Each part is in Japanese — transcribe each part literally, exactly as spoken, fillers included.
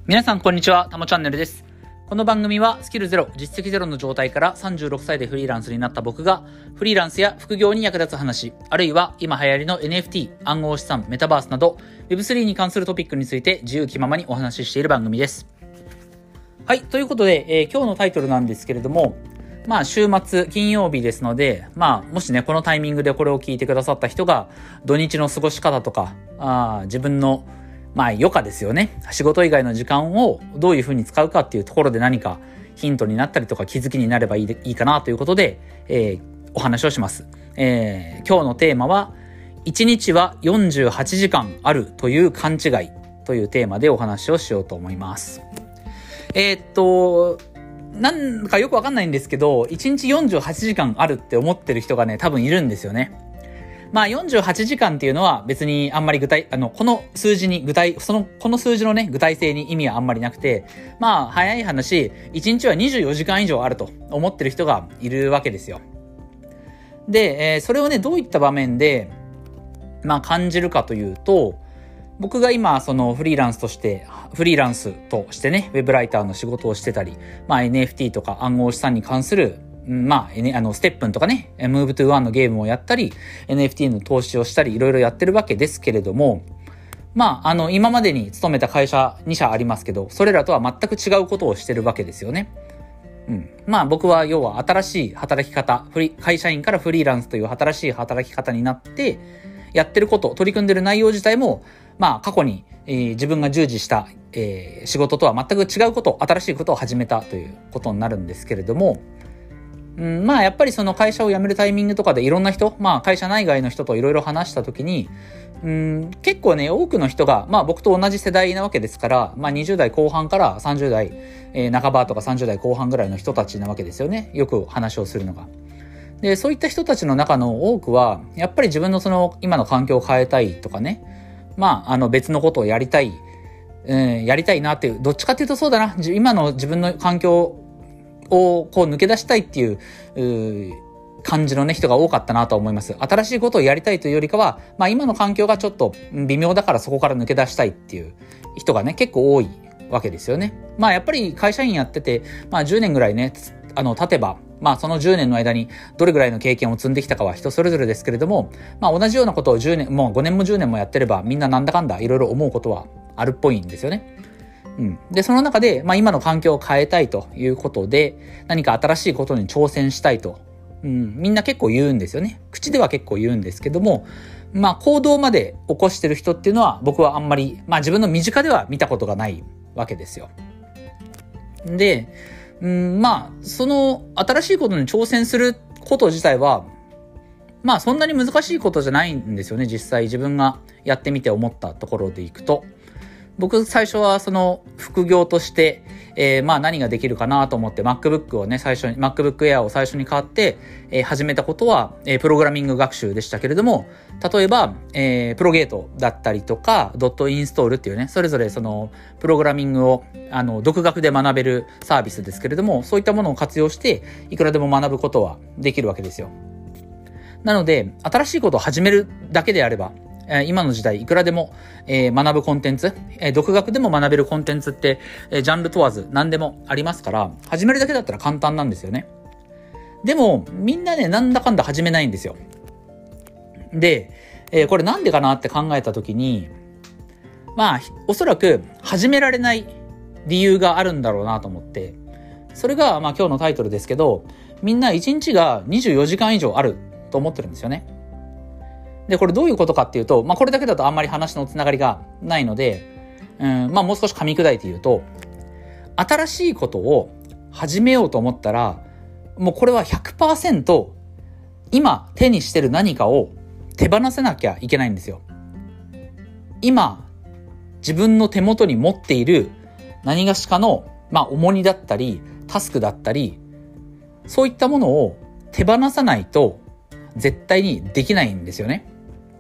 皆さんこんにちは、たもチャンネルです。この番組はスキルゼロ、実績ゼロの状態からさんじゅうろくさいでフリーランスになった僕がフリーランスや副業に役立つ話、あるいは今流行りの エヌエフティー、暗号資産、メタバースなど ウェブスリー に関するトピックについて自由気ままにお話ししている番組です。はい、ということで、えー、今日のタイトルなんですけれども、まあ週末金曜日ですので、まあもしねこのタイミングでこれを聞いてくださった人が土日の過ごし方とか、あ自分のまあ余暇ですよね。仕事以外の時間をどういうふうに使うかっていうところで何かヒントになったりとか気づきになればいいでいいかなということで、えー、お話をします。えー、今日のテーマはいちにちはよんじゅうはちじかんあるという勘違いというテーマでお話をしようと思います。えー、っとなんかよくわかんないんですけど、いちにちよんじゅうはちじかんあるって思ってる人がね多分いるんですよね。まあよんじゅうはちじかんっていうのは別にあんまり具体、あの、この数字に具体、その、この数字のね、具体性に意味はあんまりなくて、まあ早い話、いちにちはにじゅうよじかん以上あると思ってる人がいるわけですよ。で、えー、それをね、どういった場面で、まあ感じるかというと、僕が今、そのフリーランスとして、フリーランスとしてね、ウェブライターの仕事をしてたり、まあ エヌエフティー とか暗号資産に関するまあ、あの、ステップンとかね、ムーブトゥワンのゲームをやったり、エヌエフティー の投資をしたり、いろいろやってるわけですけれども、まあ、あの、今までに勤めた会社に社ありますけど、それらとは全く違うことをしてるわけですよね。うん。まあ、僕は要は新しい働き方、フリ会社員からフリーランスという新しい働き方になって、やってること、取り組んでる内容自体も、まあ、過去に、えー、自分が従事した、えー、仕事とは全く違うこと、新しいことを始めたということになるんですけれども、うん、まあやっぱりその会社を辞めるタイミングとかでいろんな人、まあ会社内外の人といろいろ話したときに、うん、結構ね多くの人がまあ僕と同じ世代なわけですから、まあにじゅう代後半からさんじゅう代、えー、半ばとかさんじゅう代後半ぐらいの人たちなわけですよね。よく話をするのが。で、そういった人たちの中の多くはやっぱり自分のその今の環境を変えたいとかね、まああの別のことをやりたい、うん、やりたいなっていう、どっちかっていうとそうだな、今の自分の環境をこう抜け出したいっていう、う感じのね人が多かったなと思います。新しいことをやりたいというよりかは、まあ今の環境がちょっと微妙だからそこから抜け出したいっていう人がね結構多いわけですよね。まあやっぱり会社員やってて、まあじゅうねんぐらいねあの経てば、まあそのじゅうねんの間にどれぐらいの経験を積んできたかは人それぞれですけれども、まあ同じようなことをじゅうねん、もうごねんもじゅうねんもやってればみんななんだかんだいろいろ思うことはあるっぽいんですよね。うん、で、その中で、まあ今の環境を変えたいということで、何か新しいことに挑戦したいと、うん、みんな結構言うんですよね。口では結構言うんですけども、まあ行動まで起こしてる人っていうのは僕はあんまり、まあ自分の身近では見たことがないわけですよ。で、うん、まあその新しいことに挑戦すること自体は、まあそんなに難しいことじゃないんですよね。実際自分がやってみて思ったところでいくと。僕最初はその副業として、えー、まあ何ができるかなと思って MacBook をね最初に MacBook Air を最初に買って、えー、始めたことは、えー、プログラミング学習でしたけれども、例えば、えー、プロゲートだったりとかドットインストールっていうね、それぞれそのプログラミングをあの独学で学べるサービスですけれども、そういったものを活用していくらでも学ぶことはできるわけですよ。なので新しいことを始めるだけであれば、今の時代いくらでも、えー、学ぶコンテンツ、えー、独学でも学べるコンテンツって、えー、ジャンル問わず何でもありますから、始めるだけだったら簡単なんですよね。でもみんなねなんだかんだ始めないんですよ。で、えー、これなんでかなって考えた時に、まあおそらく始められない理由があるんだろうなと思って、それがまあ今日のタイトルですけど、みんないちにちがにじゅうよじかん以上あると思ってるんですよね。で、これどういうことかっていうと、まあこれだけだとあんまり話のつながりがないので、うん、まあもう少し噛み砕いて言うと、新しいことを始めようと思ったら、もうこれは ひゃくパーセント 今手にしてる何かを手放せなきゃいけないんですよ。今、自分の手元に持っている何がしかの、まあ重荷だったり、タスクだったり、そういったものを手放さないと絶対にできないんですよね。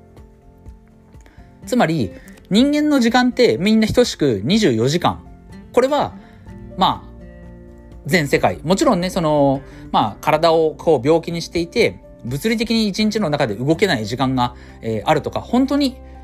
つまり人間の時間ってみんな等しくにじゅうよじかん。これはまあ全世界もちろんね、そのまあ体をこう病気にしていて物理的に一日の中で動けない時間が、えー、あるとか、本当に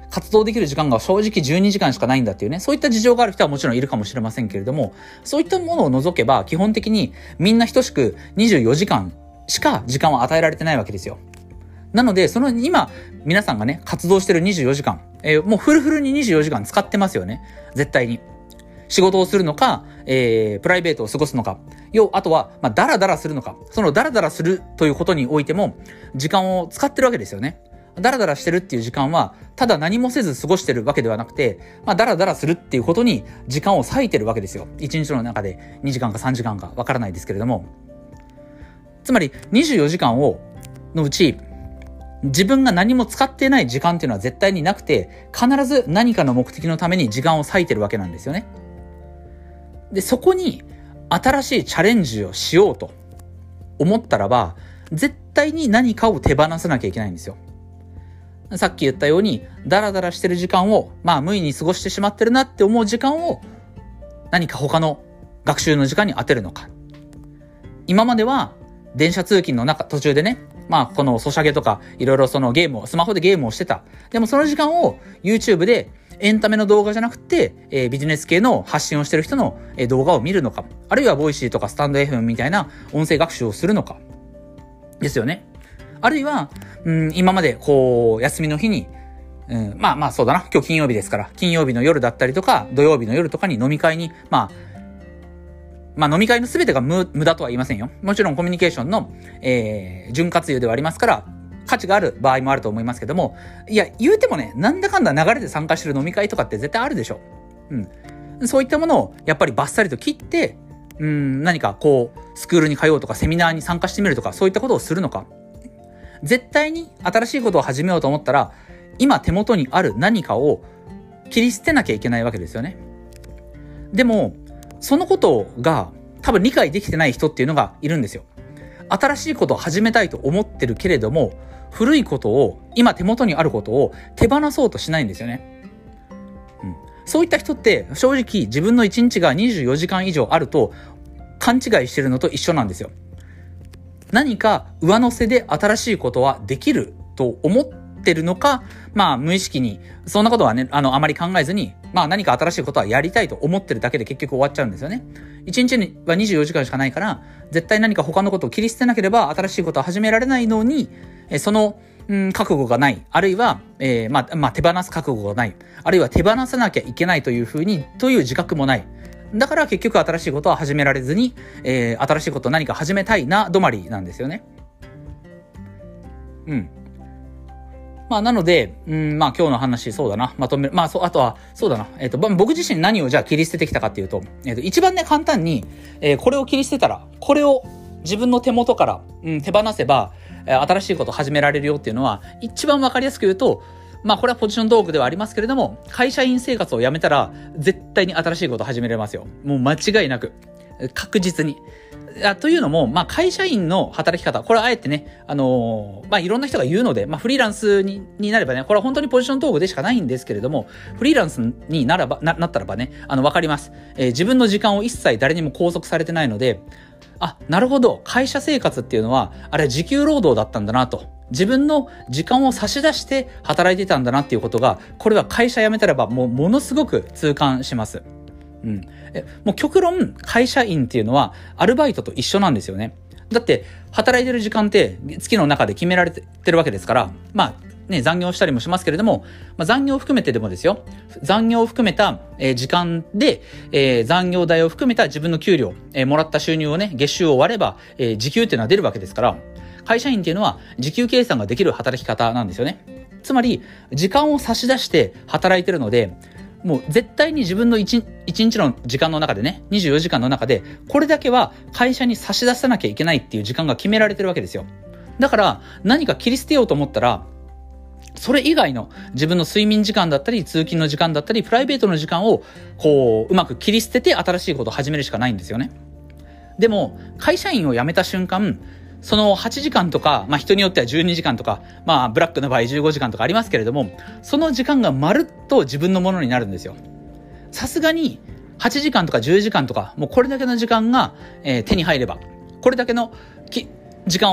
活動できる時間が正直じゅうにじかんしかないんだっていうね、そういった事情がある人はもちろんいるかもしれませんけれども、そういったものを除けば基本的にみんな等しくにじゅうよじかんしか時間を与えられてないわけですよ。なので、その今皆さんがね、活動してるにじゅうよじかん、えー、もうフルフルににじゅうよじかん使ってますよね。絶対に。仕事をするのか、えー、プライベートを過ごすのか、要、あとは、まあ、ダラダラするのか。そのダラダラするということにおいても、時間を使ってるわけですよね。ダラダラしてるっていう時間は、ただ何もせず過ごしてるわけではなくて、まあ、ダラダラするっていうことに時間を割いてるわけですよ。一日の中でにじかんかさんじかんかわからないですけれども。つまり、にじゅうよじかんを、のうち、自分が何も使ってない時間っていうのは絶対になくて、必ず何かの目的のために時間を割いてるわけなんですよね。で、そこに新しいチャレンジをしようと思ったらば、絶対に何かを手放さなきゃいけないんですよ。さっき言ったように、ダラダラしてる時間を、まあ無意に過ごしてしまってるなって思う時間を、何か他の学習の時間に当てるのか。今までは、電車通勤の中、途中でね、まあこのソシャゲとか、いろいろそのゲームを、スマホでゲームをしてた。でもその時間を YouTube で、エンタメの動画じゃなくて、えー、ビジネス系の発信をしてる人の、えー、動画を見るのか、あるいはボイシーとかスタンド エフエム みたいな音声学習をするのか、ですよね。あるいは、うん、今までこう、休みの日に、うん、まあまあそうだな、今日金曜日ですから、金曜日の夜だったりとか、土曜日の夜とかに飲み会に、まあ、まあ飲み会の全てが無、無駄とは言いませんよ。もちろんコミュニケーションの、えー、潤滑油ではありますから、価値がある場合もあると思いますけども、いや、言うてもね、なんだかんだ流れで参加してる飲み会とかって絶対あるでしょ。うん。そういったものをやっぱりバッサリと切って、うん、何かこう、スクールに通うとかセミナーに参加してみるとか、そういったことをするのか。絶対に新しいことを始めようと思ったら、今手元にある何かを切り捨てなきゃいけないわけですよね。でも、そのことが多分理解できてない人っていうのがいるんですよ。新しいことを始めたいと思ってるけれども、古いことを、今手元にあることを手放そうとしないんですよね。うん、そういった人って正直自分のいちにちがにじゅうよじかん以上あると勘違いしてるのと一緒なんですよ。何か上乗せで新しいことはできると思ってるのか、まあ無意識に、そんなことはね、あの、あまり考えずに、まあ何か新しいことはやりたいと思ってるだけで結局終わっちゃうんですよね。いちにちはにじゅうよじかんしかないから、絶対何か他のことを切り捨てなければ新しいことは始められないのに、その、うん、覚悟がない。あるいは、えー、まあ、まあ、手放す覚悟がない。あるいは手放さなきゃいけないというふうに、という自覚もない。だから結局新しいことは始められずに、えー、新しいことを何か始めたいな止まりなんですよね。うん。まあ、なので、うん、まあ、今日の話、そうだな。まとめる。まあ、そう、あとは、そうだな。えっと、僕自身何をじゃあ切り捨ててきたかっていうと、えっと、一番ね、簡単に、えー、これを切り捨てたら、これを自分の手元から、うん、手放せば、えー、新しいことを始められるよっていうのは、一番わかりやすく言うと、まあ、これはポジショントークではありますけれども、会社員生活を辞めたら、絶対に新しいことを始めれますよ。もう間違いなく。確実に。あというのも、まあ、会社員の働き方、これはあえてね、あのー、まあ、いろんな人が言うので、まあ、フリーランスに、になればね、これは本当にポジショントークでしかないんですけれども、フリーランスにならば、な、なったらばね、あの、わかります。えー、自分の時間を一切誰にも拘束されてないので、あ、なるほど、会社生活っていうのは、あれ時給労働だったんだなと。自分の時間を差し出して働いてたんだなっていうことが、これは会社辞めたらば、もうものすごく痛感します。うん。え、もう極論、会社員っていうのは、アルバイトと一緒なんですよね。だって、働いてる時間って、月の中で決められてるわけですから、まあ、ね、残業したりもしますけれども、まあ、残業を含めてでもですよ。残業を含めた、えー、時間で、えー、残業代を含めた自分の給料、えー、もらった収入をね、月収を割れば、えー、時給っていうのは出るわけですから、会社員っていうのは時給計算ができる働き方なんですよね。つまり、時間を差し出して働いてるので、もう絶対に自分の一日の時間の中でね、にじゅうよじかんの中で、これだけは会社に差し出さなきゃいけないっていう時間が決められてるわけですよ。だから、何か切り捨てようと思ったら、それ以外の自分の睡眠時間だったり、通勤の時間だったり、プライベートの時間を、こう、うまく切り捨てて新しいことを始めるしかないんですよね。でも、会社員を辞めた瞬間、そのはちじかんとか、まあ人によってはじゅうにじかんとか、まあブラックの場合じゅうごじかんとかありますけれども、その時間がまるっと自分のものになるんですよ。さすがにはちじかんとかじゅうじかんとか、もうこれだけの時間が、えー、手に入れば、これだけのき時間をね、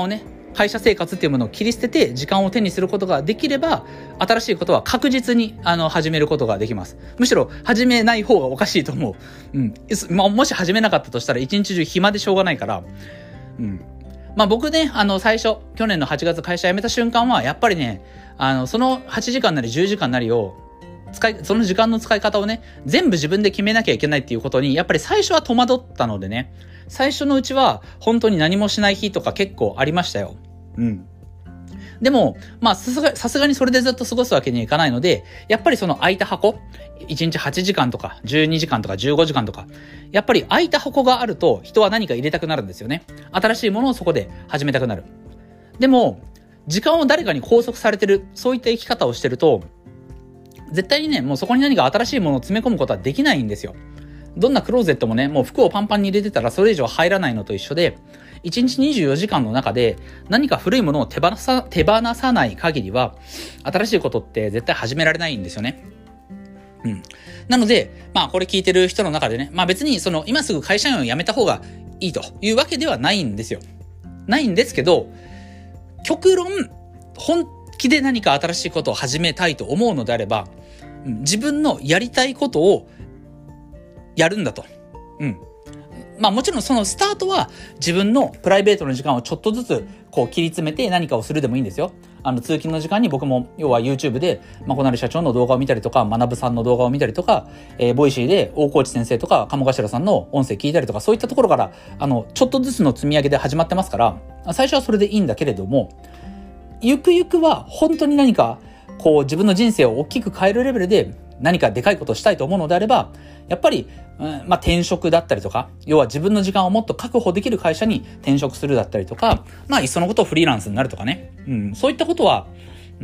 会社生活っていうものを切り捨てて時間を手にすることができれば、新しいことは確実にあの始めることができます。むしろ始めない方がおかしいと思う。うん。まあ、もし始めなかったとしたら一日中暇でしょうがないから、うん。まあ僕ね、あの最初、去年のはちがつ会社辞めた瞬間は、やっぱりね、あの、そのはちじかんなりじゅうじかんなりを、使い、その時間の使い方をね、全部自分で決めなきゃいけないっていうことに、やっぱり最初は戸惑ったのでね、最初のうちは本当に何もしない日とか結構ありましたよ。うん。でも、まあ、さすが、さすがにそれでずっと過ごすわけにはいかないので、やっぱりその空いた箱、いちにちはちじかんとか、じゅうにじかんとか、じゅうごじかんとか、やっぱり空いた箱があると、人は何か入れたくなるんですよね。新しいものをそこで始めたくなる。でも、時間を誰かに拘束されてる、そういった生き方をしてると、絶対にね、もうそこに何か新しいものを詰め込むことはできないんですよ。どんなクローゼットもね、もう服をパンパンに入れてたらそれ以上入らないのと一緒で、いちにちにじゅうよじかんの中で何か古いものを手放さ、手放さない限りは、新しいことって絶対始められないんですよね。うん。なので、まあこれ聞いてる人の中でね、まあ別にその今すぐ会社員を辞めた方がいいというわけではないんですよ。ないんですけど、極論、本気で何か新しいことを始めたいと思うのであれば、自分のやりたいことをやるんだと。うん。まあもちろんそのスタートは自分のプライベートの時間をちょっとずつこう切り詰めて何かをするでもいいんですよ。あの通勤の時間に僕も要は YouTube でまこなり社長の動画を見たりとか、学さんの動画を見たりとか、えー、ボイシーで大河内先生とか鴨頭さんの音声聞いたりとか、そういったところからあのちょっとずつの積み上げで始まってますから、最初はそれでいいんだけれども、ゆくゆくは本当に何かこう自分の人生を大きく変えるレベルで何かでかいことをしたいと思うのであれば、やっぱり、うん、まあ転職だったりとか、要は自分の時間をもっと確保できる会社に転職するだったりとか、まあいっそのことをフリーランスになるとかね、うん、そういったことは、うん、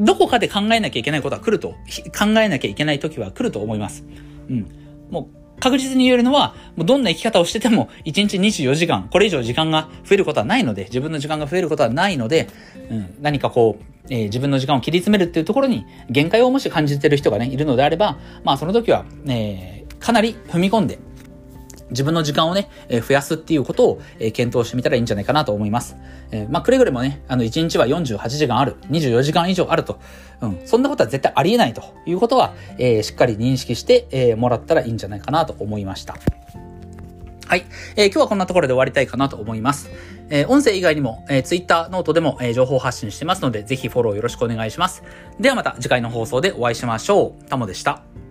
どこかで考えなきゃいけないことは来ると、考えなきゃいけない時は来ると思います。うん、もう確実に言えるのは、もうどんな生き方をしててもいちにちにじゅうよじかん、これ以上時間が増えることはないので、自分の時間が増えることはないので、うん、何かこう、えー、自分の時間を切り詰めるっていうところに限界をもし感じている人がね、いるのであれば、まあその時は、えー、かなり踏み込んで、自分の時間をね、えー、増やすっていうことを、えー、検討してみたらいいんじゃないかなと思います。えー、まあくれぐれもね、あのいちにちはよんじゅうはちじかんある、にじゅうよじかん以上あると、うん、そんなことは絶対ありえないということは、えー、しっかり認識して、えー、もらったらいいんじゃないかなと思いました。はい、えー。今日はこんなところで終わりたいかなと思います。えー、音声以外にも、えー、Twitter、ノートでも、えー、情報発信してますので、ぜひフォローよろしくお願いします。ではまた次回の放送でお会いしましょう。タモでした。